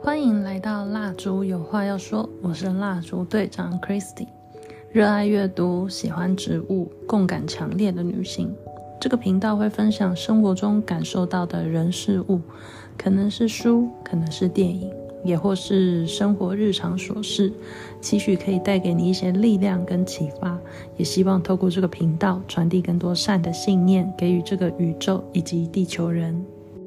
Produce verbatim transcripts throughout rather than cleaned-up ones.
欢迎来到蜡烛有话要说，我是蜡烛队长 Christy， 热爱阅读，喜欢植物，共感强烈的女性。这个频道会分享生活中感受到的人事物，可能是书，可能是电影，也或是生活日常琐事，期许可以带给你一些力量跟启发，也希望透过这个频道传递更多善的信念，给予这个宇宙以及地球人。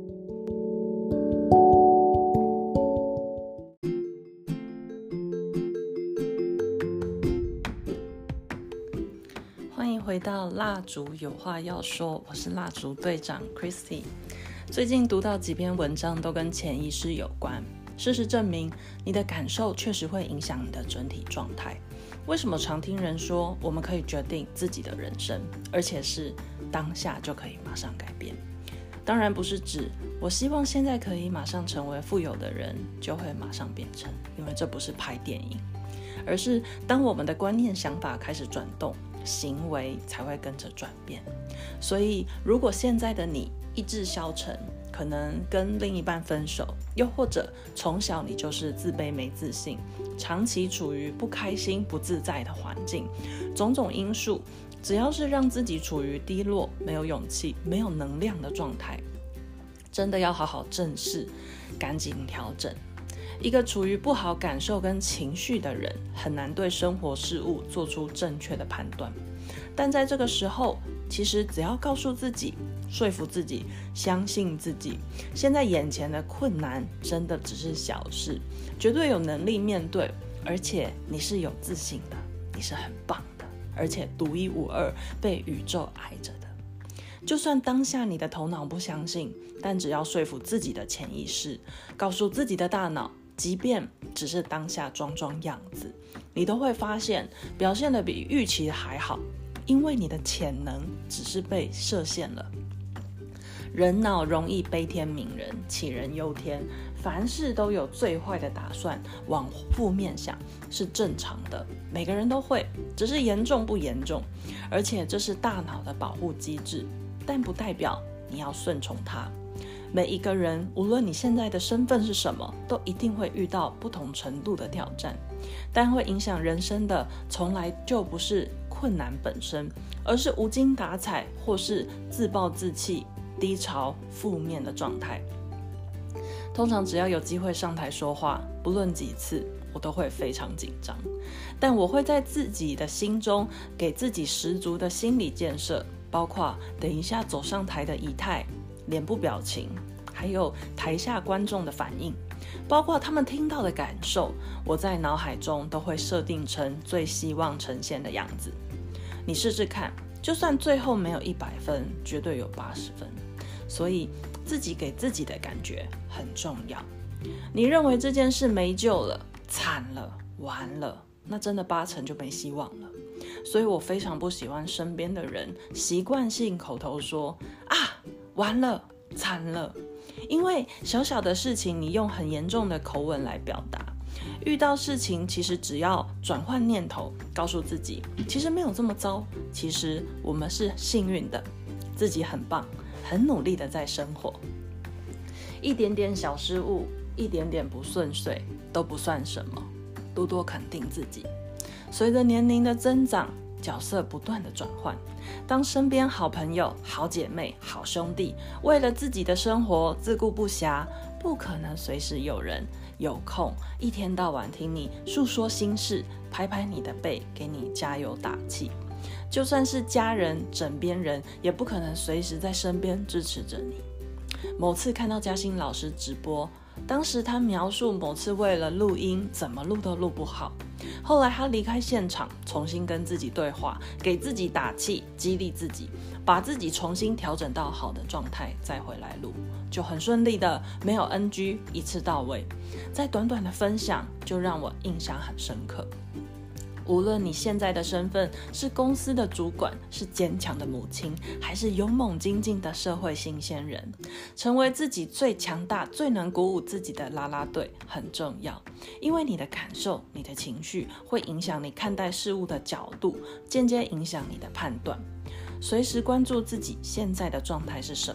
欢迎回到蜡烛有话要说，我是蜡烛队长 Christy。 最近读到几篇文章都跟潜意识有关，事实证明你的感受确实会影响你的整体状态。为什么常听人说我们可以决定自己的人生，而且是当下就可以马上改变？当然不是指我希望现在可以马上成为富有的人就会马上变成，因为这不是拍电影，而是当我们的观念想法开始转动，行为才会跟着转变。所以如果现在的你意志消沉，可能跟另一半分手，又或者从小你就是自卑没自信，长期处于不开心不自在的环境，种种因素，只要是让自己处于低落、没有勇气、没有能量的状态，真的要好好正视，赶紧调整。一个处于不好感受跟情绪的人，很难对生活事物做出正确的判断。但在这个时候，其实只要告诉自己，说服自己，相信自己，现在眼前的困难真的只是小事，绝对有能力面对，而且你是有自信的，你是很棒的，而且独一无二，被宇宙爱着的。就算当下你的头脑不相信，但只要说服自己的潜意识，告诉自己的大脑，即便只是当下装装样子，你都会发现表现得比预期还好，因为你的潜能只是被设限了。人脑容易悲天悯人，杞人忧天，凡事都有最坏的打算，往负面想是正常的，每个人都会，只是严重不严重，而且这是大脑的保护机制，但不代表你要顺从它。每一个人，无论你现在的身份是什么，都一定会遇到不同程度的挑战，但会影响人生的从来就不是困难本身，而是无精打采或是自暴自弃、低潮、负面的状态。通常只要有机会上台说话，不论几次，我都会非常紧张，但我会在自己的心中给自己十足的心理建设，包括等一下走上台的仪态、脸部表情，还有台下观众的反应，包括他们听到的感受，我在脑海中都会设定成最希望呈现的样子。你试试看，就算最后没有一百分，绝对有八十分。所以自己给自己的感觉很重要。你认为这件事没救了、惨了、完了，那真的八成就没希望了。所以我非常不喜欢身边的人习惯性口头说啊，完了，惨了。因为小小的事情你用很严重的口吻来表达，遇到事情其实只要转换念头，告诉自己其实没有这么糟，其实我们是幸运的，自己很棒，很努力的在生活，一点点小失误，一点点不顺遂都不算什么，多多肯定自己。随着年龄的增长，角色不断的转换，当身边好朋友、好姐妹、好兄弟为了自己的生活自顾不暇，不可能随时有人有空一天到晚听你诉说心事，拍拍你的背，给你加油打气。就算是家人、枕边人，也不可能随时在身边支持着你。某次看到嘉欣老师直播，当时他描述某次为了录音，怎么录都录不好。后来他离开现场，重新跟自己对话，给自己打气，激励自己，把自己重新调整到好的状态，再回来录，就很顺利的，没有 N G， 一次到位。在短短的分享，就让我印象很深刻。无论你现在的身份是公司的主管，是坚强的母亲，还是勇猛精进的社会新鲜人，成为自己最强大、最能鼓舞自己的啦啦队很重要。因为你的感受、你的情绪会影响你看待事物的角度，间接影响你的判断。随时关注自己现在的状态是什么，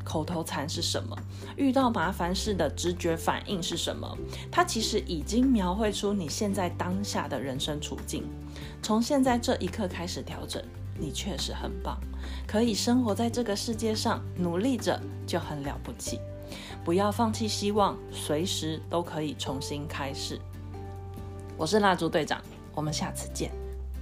口头禅是什么，遇到麻烦事的直觉反应是什么，它其实已经描绘出你现在当下的人生处境。从现在这一刻开始调整，你确实很棒，可以生活在这个世界上，努力着就很了不起。不要放弃希望，随时都可以重新开始。我是蜡烛队长，我们下次见。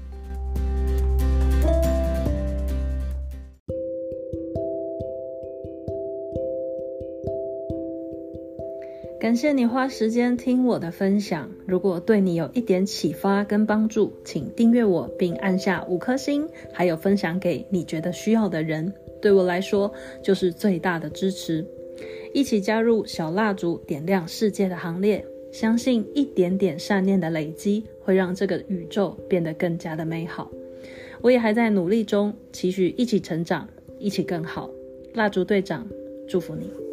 感谢你花时间听我的分享，如果对你有一点启发跟帮助，请订阅我并按下五颗星，还有分享给你觉得需要的人，对我来说就是最大的支持。一起加入小蜡烛点亮世界的行列，相信一点点善念的累积会让这个宇宙变得更加的美好。我也还在努力中，期许一起成长，一起更好。蜡烛队长祝福你。